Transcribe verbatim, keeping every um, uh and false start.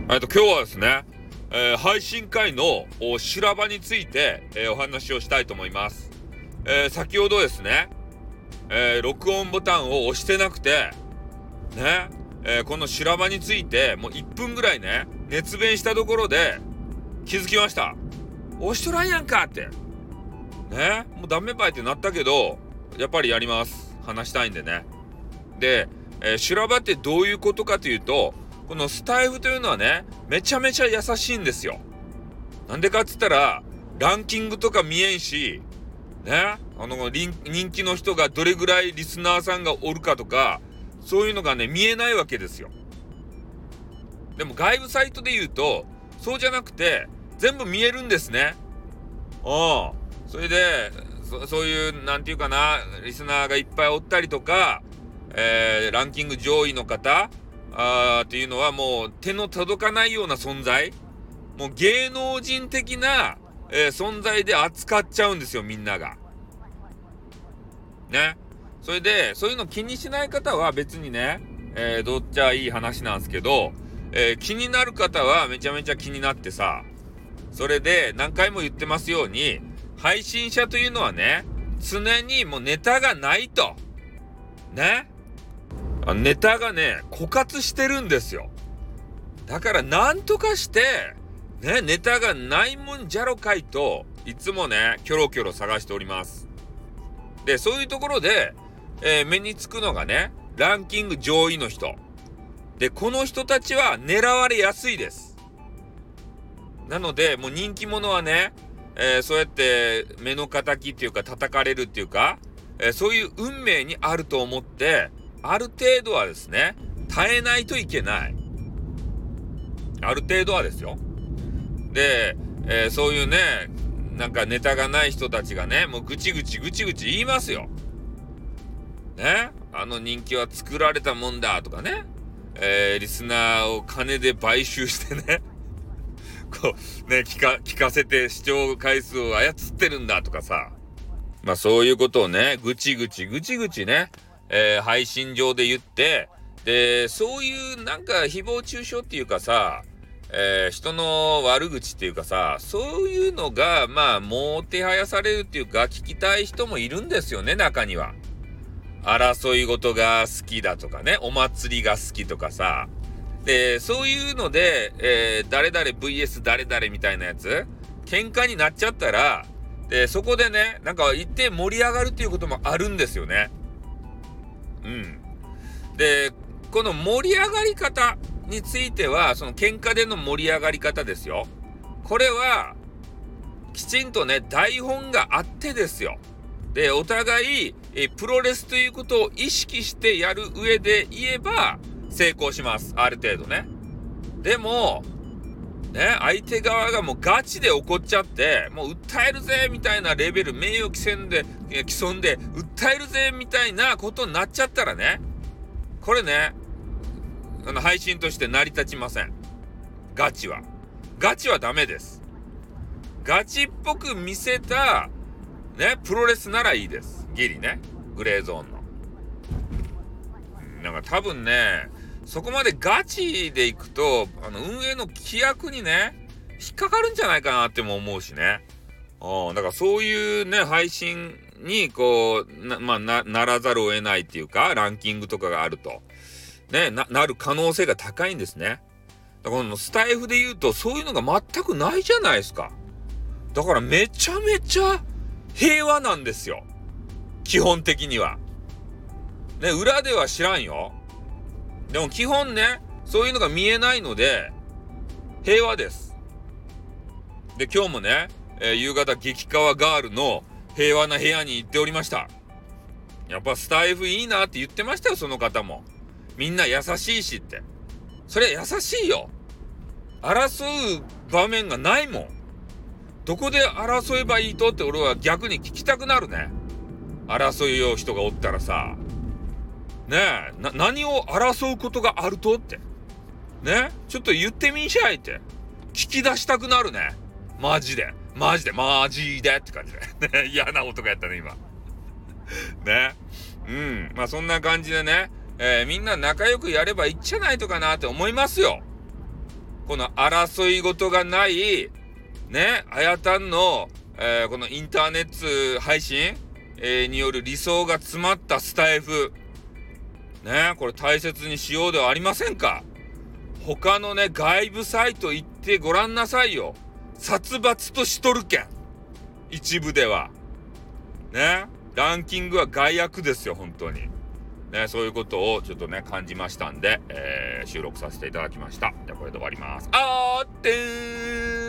えっと今日はですね、えー、配信会の修羅場について、えー、お話をしたいと思います。えー、先ほどですね、えー、録音ボタンを押してなくてね、えー、この修羅場についてもういっぷんぐらいね熱弁したところで気づきました。押しとらんやんかってね、もうダメばいってなったけどやっぱりやります。話したいんでね。で、えー、修羅場ってどういうことかというと、このスタイフというのはねめちゃめちゃ優しいんですよ。なんでかっつったらランキングとか見えんしね、あの人気の人がどれぐらいリスナーさんがおるかとかそういうのがね見えないわけですよ。でも外部サイトで言うとそうじゃなくて全部見えるんですね。うん。それで そ, そういうなんていうかなリスナーがいっぱいおったりとか、えー、ランキング上位の方あーっていうのはもう手の届かないような存在、もう芸能人的な、えー、存在で扱っちゃうんですよ、みんながね。それでそういうの気にしない方は別にね、えー、どっちゃいい話なんですけど、えー、気になる方はめちゃめちゃ気になってさ、それで何回も言ってますように配信者というのはね常にもうネタがないとね、ネタがね枯渇してるんですよ。だからなんとかしてねネタがないもんじゃろかいといつもねキョロキョロ探しております。でそういうところで、えー、目につくのがねランキング上位の人で、この人たちは狙われやすいです。なのでもう人気者はね、えー、そうやって目の敵っていうか叩かれるっていうか、えー、そういう運命にあると思ってある程度はですね耐えないといけない。ある程度はですよ。で、えー、そういうねなんかネタがない人たちがねもうぐちぐちぐちぐち言いますよね。あの人気は作られたもんだとかね、えー、リスナーを金で買収してねこうね聞か聞かせて視聴回数を操ってるんだとかさ、まあそういうことをねぐちぐちぐちぐちね、えー、配信上で言って、でそういうなんか誹謗中傷っていうかさ、えー、人の悪口っていうかさ、そういうのがまあもてはやされるっていうか聞きたい人もいるんですよね。中には争い事が好きだとかね、お祭りが好きとかさ、でそういうので、えー、誰々 ブイエス 誰々みたいなやつ喧嘩になっちゃったら、でそこでねなんか一定盛り上がるっていうこともあるんですよね。うんでこの盛り上がり方については、その喧嘩での盛り上がり方ですよ。これはきちんとね台本があってですよ。でお互いえプロレスということを意識してやる上で言えば成功します、ある程度ね。でもね相手側がもうガチで怒っちゃってもう訴えるぜみたいなレベル、名誉毀損で毀損で訴えるぜみたいなことになっちゃったらね、これねあの配信として成り立ちません。ガチはガチはダメです。ガチっぽく見せたねプロレスならいいです、ギリね、グレーゾーンの。なんか多分ねそこまでガチでいくとあの運営の規約にね引っかかるんじゃないかなっても思うしね。うん、だからそういうね配信にこう な,、まあ、な, ならざるを得ないっていうか、ランキングとかがあるとね な, なる可能性が高いんですね。だからこのスタイフで言うとそういうのが全くないじゃないですか。だからめちゃめちゃ平和なんですよ、基本的にはね。裏では知らんよ。でも基本ねそういうのが見えないので平和です。で今日もね、えー、夕方激川ガールの平和な部屋に行っておりました。やっぱスタイフいいなって言ってましたよ、その方も。みんな優しいしって。それ優しいよ。争う場面がないもん。どこで争えばいいとって俺は逆に聞きたくなるね。争いよう人がおったらさねえ、な、何を争うことがあるとってね、ちょっと言ってみんしゃいって聞き出したくなるね。マジでマジでマジでって感じでね嫌な音がやったね今ね。うんまあそんな感じでね、えー、みんな仲良くやればいいんじゃないとかなって思いますよ。 この争い事がない、ね、あやたんの、えー、このインターネット配信、えー、による理想が詰まったスタイフ。ね、これ大切にしようではありませんか。他のね、外部サイト行ってごらんなさいよ。殺伐としとるけん。一部では。ね、ランキングは害悪ですよ、本当に。ね、そういうことをちょっとね、感じましたんで、えー、収録させていただきました。じゃあこれで終わります。あーってー